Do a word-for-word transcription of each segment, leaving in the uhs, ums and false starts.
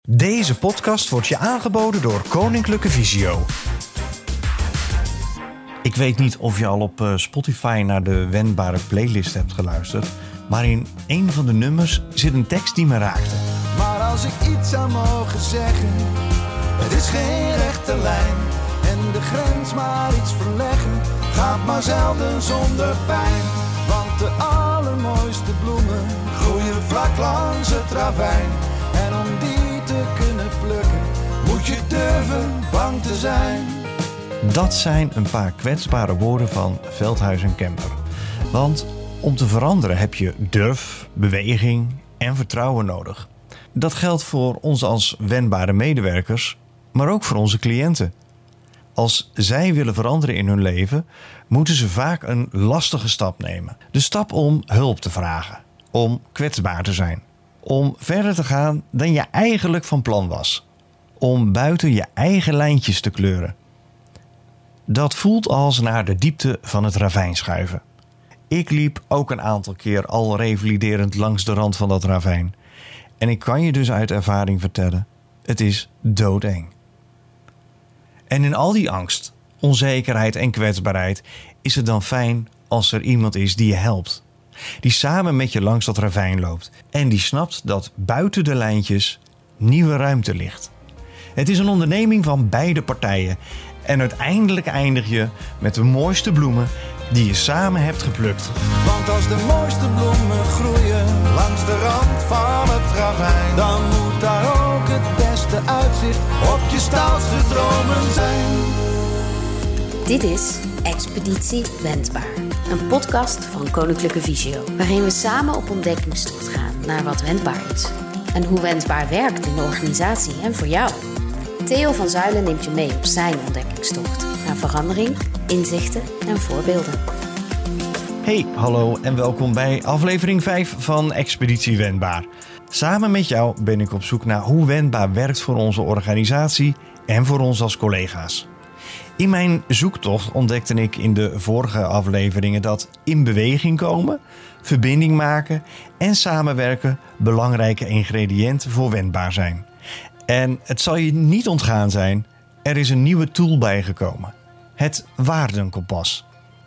Deze podcast wordt je aangeboden door Koninklijke Visio. Ik weet niet of je al op Spotify naar de wendbare playlist hebt geluisterd, maar in een van de nummers zit een tekst die me raakte. Maar als ik iets zou mogen zeggen, het is geen rechte lijn. En de grens maar iets verleggen, gaat maar zelden zonder pijn. Want de allermooiste bloemen groeien vlak langs het ravijn. En om die te kunnen plukken, moet je durven bang te zijn. Dat zijn een paar kwetsbare woorden van Veldhuis en Kemper. Want om te veranderen heb je durf, beweging en vertrouwen nodig. Dat geldt voor ons als wendbare medewerkers, maar ook voor onze cliënten. Als zij willen veranderen in hun leven, moeten ze vaak een lastige stap nemen. De stap om hulp te vragen, om kwetsbaar te zijn, om verder te gaan dan je eigenlijk van plan was, om buiten je eigen lijntjes te kleuren. Dat voelt als naar de diepte van het ravijn schuiven. Ik liep ook een aantal keer al revaliderend langs de rand van dat ravijn. En ik kan je dus uit ervaring vertellen, het is doodeng. En in al die angst, onzekerheid en kwetsbaarheid is het dan fijn als er iemand is die je helpt. Die samen met je langs dat ravijn loopt en die snapt dat buiten de lijntjes nieuwe ruimte ligt. Het is een onderneming van beide partijen en uiteindelijk eindig je met de mooiste bloemen die je samen hebt geplukt. Want als de mooiste bloemen groeien langs de rand van het ravijn, dan moet daar ook het beste uitzicht op je staalste dromen zijn. Dit is Expeditie Wendbaar, een podcast van Koninklijke Visio, waarin we samen op ontdekkingstocht gaan naar wat wendbaar is en hoe wendbaar werkt in de organisatie en voor jou. Theo van Zuilen neemt je mee op zijn ontdekkingstocht naar verandering, inzichten en voorbeelden. Hey, hallo en welkom bij aflevering vijf van Expeditie Wendbaar. Samen met jou ben ik op zoek naar hoe wendbaar werkt voor onze organisatie en voor ons als collega's. In mijn zoektocht ontdekte ik in de vorige afleveringen dat in beweging komen, verbinding maken en samenwerken belangrijke ingrediënten voor wendbaar zijn. En het zal je niet ontgaan zijn, er is een nieuwe tool bijgekomen. Het waardenkompas.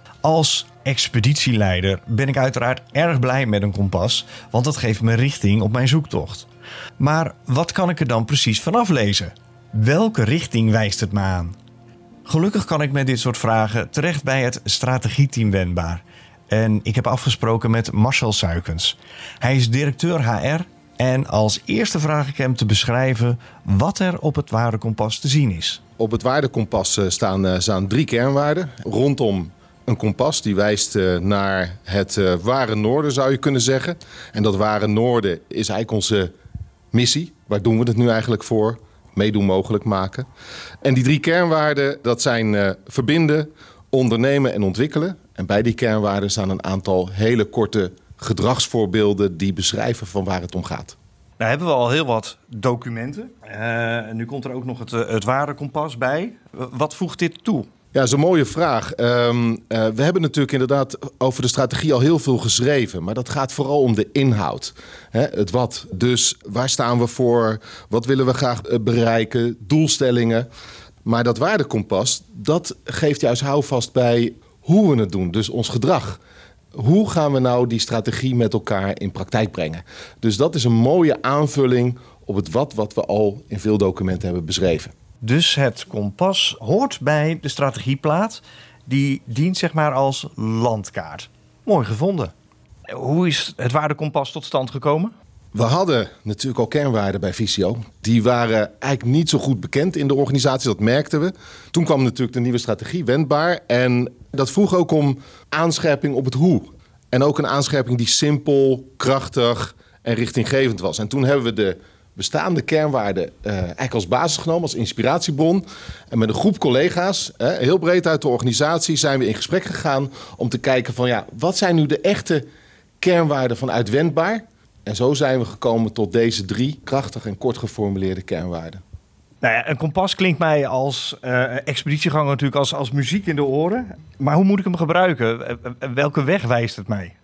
Als expeditieleider ben ik uiteraard erg blij met een kompas, want dat geeft me richting op mijn zoektocht. Maar wat kan ik er dan precies van aflezen? Welke richting wijst het me aan? Gelukkig kan ik met dit soort vragen terecht bij het strategieteam Wendbaar. En ik heb afgesproken met Marcel Suikens. Hij is directeur H R en als eerste vraag ik hem te beschrijven wat er op het waardekompas te zien is. Op het waardekompas staan, staan drie kernwaarden rondom een kompas die wijst naar het uh, ware noorden, zou je kunnen zeggen. En dat ware noorden is eigenlijk onze missie. Waar doen we het nu eigenlijk voor? Meedoen mogelijk maken. En die drie kernwaarden, dat zijn uh, verbinden, ondernemen en ontwikkelen. En bij die kernwaarden staan een aantal hele korte gedragsvoorbeelden die beschrijven van waar het om gaat. Nou hebben we al heel wat documenten. Uh, nu komt er ook nog het, het waardekompas bij. Wat voegt dit toe? Ja, dat is een mooie vraag. Um, uh, we hebben natuurlijk inderdaad over de strategie al heel veel geschreven. Maar dat gaat vooral om de inhoud. Hè, het wat. Dus waar staan we voor? Wat willen we graag bereiken? Doelstellingen. Maar dat waardekompas, dat geeft juist houvast bij hoe we het doen. Dus ons gedrag. Hoe gaan we nou die strategie met elkaar in praktijk brengen? Dus dat is een mooie aanvulling op het wat wat we al in veel documenten hebben beschreven. Dus het kompas hoort bij de strategieplaat. Die dient zeg maar als landkaart. Mooi gevonden. Hoe is het waardekompas tot stand gekomen? We hadden natuurlijk al kernwaarden bij Visio. Die waren eigenlijk niet zo goed bekend in de organisatie, dat merkten we. Toen kwam natuurlijk de nieuwe strategie, Wendbaar. En dat vroeg ook om aanscherping op het hoe. En ook een aanscherping die simpel, krachtig en richtinggevend was. En toen hebben we de bestaande kernwaarden uh, eigenlijk als basis genomen, als inspiratiebron. En met een groep collega's, uh, heel breed uit de organisatie, zijn we in gesprek gegaan om te kijken van ja, wat zijn nu de echte kernwaarden vanuit Wendbaar? En zo zijn we gekomen tot deze drie krachtig en kort geformuleerde kernwaarden. Nou ja, een kompas klinkt mij als uh, expeditieganger natuurlijk als, als muziek in de oren. Maar hoe moet ik hem gebruiken? Welke weg wijst het mij?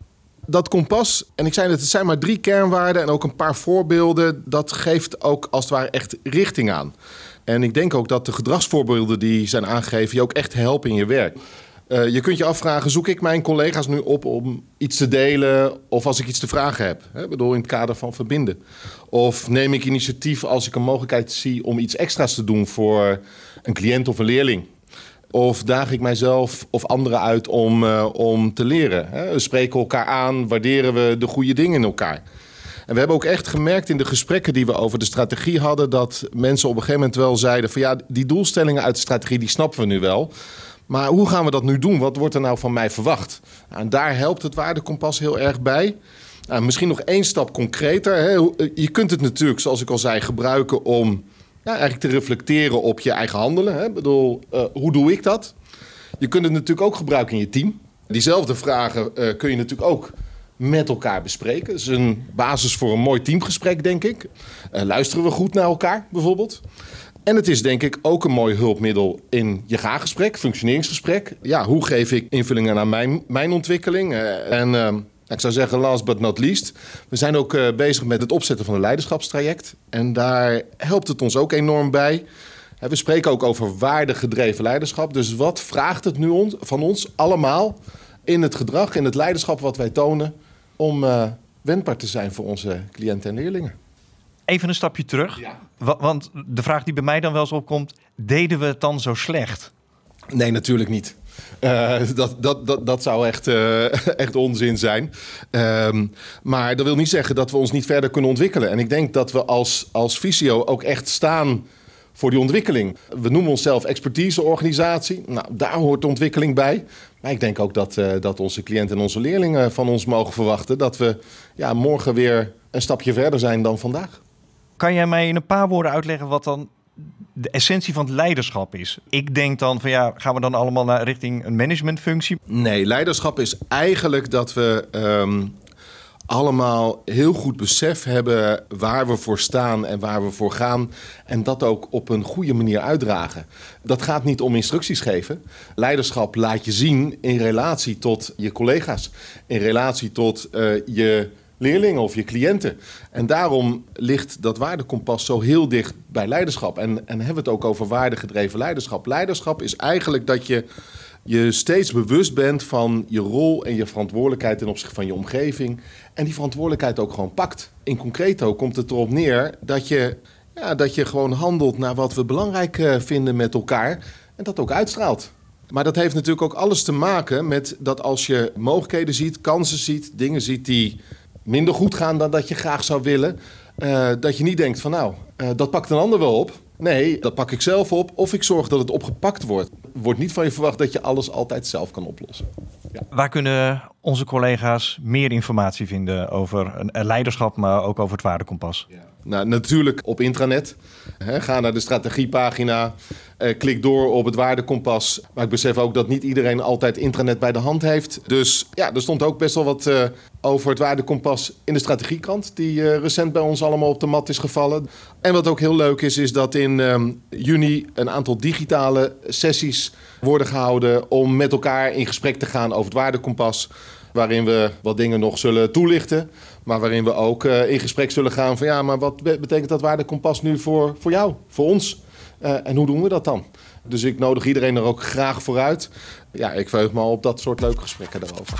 dat kompas, en ik zei dat het zijn maar drie kernwaarden en ook een paar voorbeelden, dat geeft ook als het ware echt richting aan. En ik denk ook dat de gedragsvoorbeelden die zijn aangegeven je ook echt helpen in je werk. Uh, je kunt je afvragen, zoek ik mijn collega's nu op om iets te delen of als ik iets te vragen heb? Hè? Ik bedoel, in het kader van verbinden. Of neem ik initiatief als ik een mogelijkheid zie om iets extra's te doen voor een cliënt of een leerling? Of daag ik mijzelf of anderen uit om, uh, om te leren? Hè? We spreken elkaar aan, waarderen we de goede dingen in elkaar. En we hebben ook echt gemerkt in de gesprekken die we over de strategie hadden, dat mensen op een gegeven moment wel zeiden van ja, die doelstellingen uit de strategie, die snappen we nu wel. Maar hoe gaan we dat nu doen? Wat wordt er nou van mij verwacht? En daar helpt het waardekompas heel erg bij. Nou, misschien nog één stap concreter. Hè? Je kunt het natuurlijk, zoals ik al zei, gebruiken om ja, eigenlijk te reflecteren op je eigen handelen. Hè? Ik bedoel, uh, hoe doe ik dat? Je kunt het natuurlijk ook gebruiken in je team. Diezelfde vragen uh, kun je natuurlijk ook met elkaar bespreken. Dat is een basis voor een mooi teamgesprek, denk ik. Uh, luisteren we goed naar elkaar, bijvoorbeeld? En het is denk ik ook een mooi hulpmiddel in je ga-gesprek, functioneringsgesprek. Ja, hoe geef ik invulling aan mijn, mijn ontwikkeling? Uh, en uh, ik zou zeggen, last but not least, we zijn ook uh, bezig met het opzetten van een leiderschapstraject. En daar helpt het ons ook enorm bij. Uh, we spreken ook over waardegedreven leiderschap. Dus wat vraagt het nu on- van ons allemaal in het gedrag, in het leiderschap wat wij tonen, om uh, wendbaar te zijn voor onze cliënten en leerlingen? Even een stapje terug. Ja. Want de vraag die bij mij dan wel eens opkomt, deden we het dan zo slecht? Nee, natuurlijk niet. Uh, dat, dat, dat, dat zou echt, uh, echt onzin zijn. Um, maar dat wil niet zeggen dat we ons niet verder kunnen ontwikkelen. En ik denk dat we als, als Visio ook echt staan voor die ontwikkeling. We noemen onszelf expertiseorganisatie. Nou, daar hoort de ontwikkeling bij. Maar ik denk ook dat, uh, dat onze cliënten en onze leerlingen van ons mogen verwachten dat we ja, morgen weer een stapje verder zijn dan vandaag. Kan jij mij in een paar woorden uitleggen wat dan de essentie van het leiderschap is? Ik denk dan van ja, gaan we dan allemaal naar richting een managementfunctie? Nee, leiderschap is eigenlijk dat we um, allemaal heel goed besef hebben waar we voor staan en waar we voor gaan. En dat ook op een goede manier uitdragen. Dat gaat niet om instructies geven. Leiderschap laat je zien in relatie tot je collega's. In relatie tot uh, je leerlingen of je cliënten. En daarom ligt dat waardekompas zo heel dicht bij leiderschap. En, en hebben we het ook over waardegedreven leiderschap. Leiderschap is eigenlijk dat je je steeds bewust bent van je rol en je verantwoordelijkheid ten opzichte van je omgeving. En die verantwoordelijkheid ook gewoon pakt. In concreto komt het erop neer dat je, ja, dat je gewoon handelt naar wat we belangrijk uh, vinden met elkaar. En dat ook uitstraalt. Maar dat heeft natuurlijk ook alles te maken met dat als je mogelijkheden ziet, kansen ziet, dingen ziet die minder goed gaan dan dat je graag zou willen, Uh, dat je niet denkt van nou, uh, dat pakt een ander wel op. Nee, dat pak ik zelf op of ik zorg dat het opgepakt wordt. Er wordt niet van je verwacht dat je alles altijd zelf kan oplossen. Ja. Waar kunnen onze collega's meer informatie vinden over een leiderschap, maar ook over het waardekompas? Ja. Nou, natuurlijk op intranet. He, ga naar de strategiepagina, uh, klik door op het waardekompas. Maar ik besef ook dat niet iedereen altijd intranet bij de hand heeft. Dus ja, er stond ook best wel wat uh, over het waardekompas in de strategiekrant, die uh, recent bij ons allemaal op de mat is gevallen. En wat ook heel leuk is, is dat in um, juni een aantal digitale sessies worden gehouden om met elkaar in gesprek te gaan over het waardekompas. Waarin we wat dingen nog zullen toelichten. Maar waarin we ook uh, in gesprek zullen gaan van ja, maar wat betekent dat waardekompas nu voor, voor jou, voor ons? Uh, en hoe doen we dat dan? Dus ik nodig iedereen er ook graag voor uit. Ja, ik verheug me al op dat soort leuke gesprekken daarover.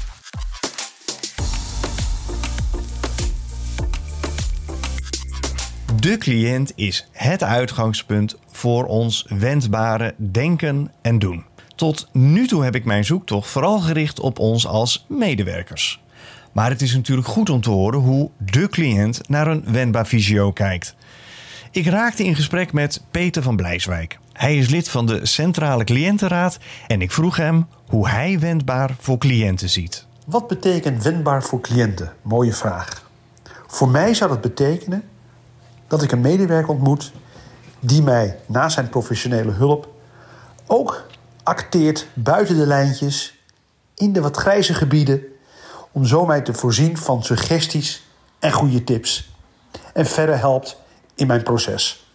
De cliënt is het uitgangspunt voor ons wendbare denken en doen. Tot nu toe heb ik mijn zoektocht vooral gericht op ons als medewerkers. Maar het is natuurlijk goed om te horen hoe de cliënt naar een wendbaar visio kijkt. Ik raakte in gesprek met Peter van Blijswijk. Hij is lid van de Centrale Cliëntenraad en ik vroeg hem hoe hij wendbaar voor cliënten ziet. Wat betekent wendbaar voor cliënten? Mooie vraag. Voor mij zou dat betekenen dat ik een medewerker ontmoet die mij na zijn professionele hulp ook acteert buiten de lijntjes, in de wat grijze gebieden, om zo mij te voorzien van suggesties en goede tips. En verder helpt in mijn proces.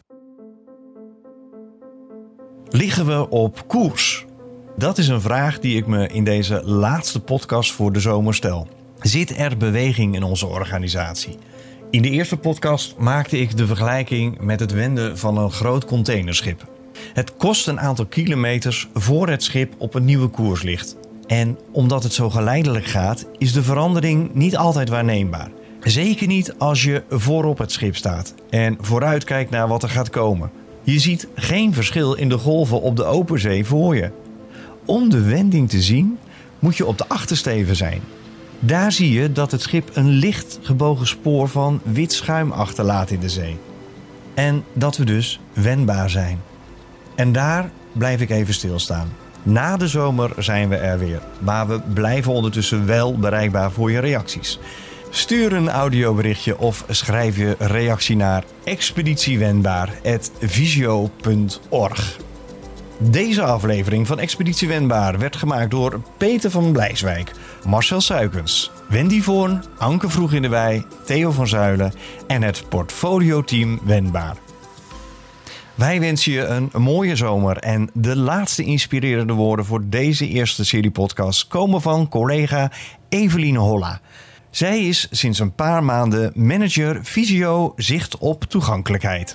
Liggen we op koers? Dat is een vraag die ik me in deze laatste podcast voor de zomer stel. zit er beweging in onze organisatie. In de eerste podcast maakte ik de vergelijking met het wenden van een groot containerschip. Het kost een aantal kilometers voor het schip op een nieuwe koers ligt. En omdat het zo geleidelijk gaat, is de verandering niet altijd waarneembaar. Zeker niet als je voorop het schip staat en vooruitkijkt naar wat er gaat komen. Je ziet geen verschil in de golven op de open zee voor je. Om de wending te zien, moet je op de achtersteven zijn. Daar zie je dat het schip een licht gebogen spoor van wit schuim achterlaat in de zee. En dat we dus wendbaar zijn. En daar blijf ik even stilstaan. Na de zomer zijn we er weer, maar we blijven ondertussen wel bereikbaar voor je reacties. Stuur een audioberichtje of schrijf je reactie naar expeditiewendbaar apenstaartje visio punt org. Deze aflevering van Expeditie Wendbaar werd gemaakt door Peter van Blijswijk, Marcel Suikens, Wendy Voorn, Anke Vroeg in de Wei, Theo van Zuilen en het portfolio-team Wendbaar. Wij wensen je een mooie zomer en de laatste inspirerende woorden voor deze eerste serie podcast komen van collega Eveline Holla. Zij is sinds een paar maanden manager Visio Zicht op Toegankelijkheid.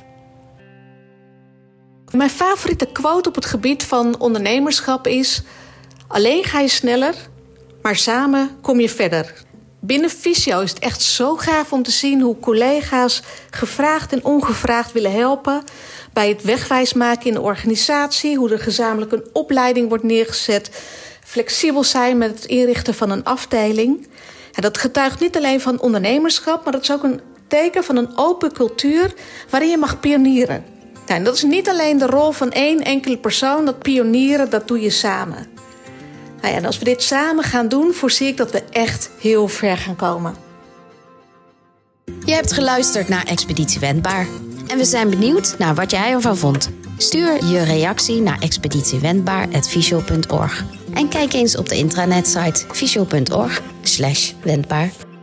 Mijn favoriete quote op het gebied van ondernemerschap is: alleen ga je sneller, maar samen kom je verder. Binnen Visio is het echt zo gaaf om te zien hoe collega's gevraagd en ongevraagd willen helpen bij het wegwijs maken in de organisatie, hoe er gezamenlijk een opleiding wordt neergezet, flexibel zijn met het inrichten van een afdeling. En dat getuigt niet alleen van ondernemerschap, maar dat is ook een teken van een open cultuur waarin je mag pionieren. Nou, en dat is niet alleen de rol van één enkele persoon, dat pionieren, dat doe je samen. Nou ja, en als we dit samen gaan doen, voorzie ik dat we echt heel ver gaan komen. Je hebt geluisterd naar Expeditie Wendbaar. En we zijn benieuwd naar wat jij ervan vond. Stuur je reactie naar expeditiewendbaar apenstaartje visio punt org. En kijk eens op de intranetsite visio punt org slash wendbaar.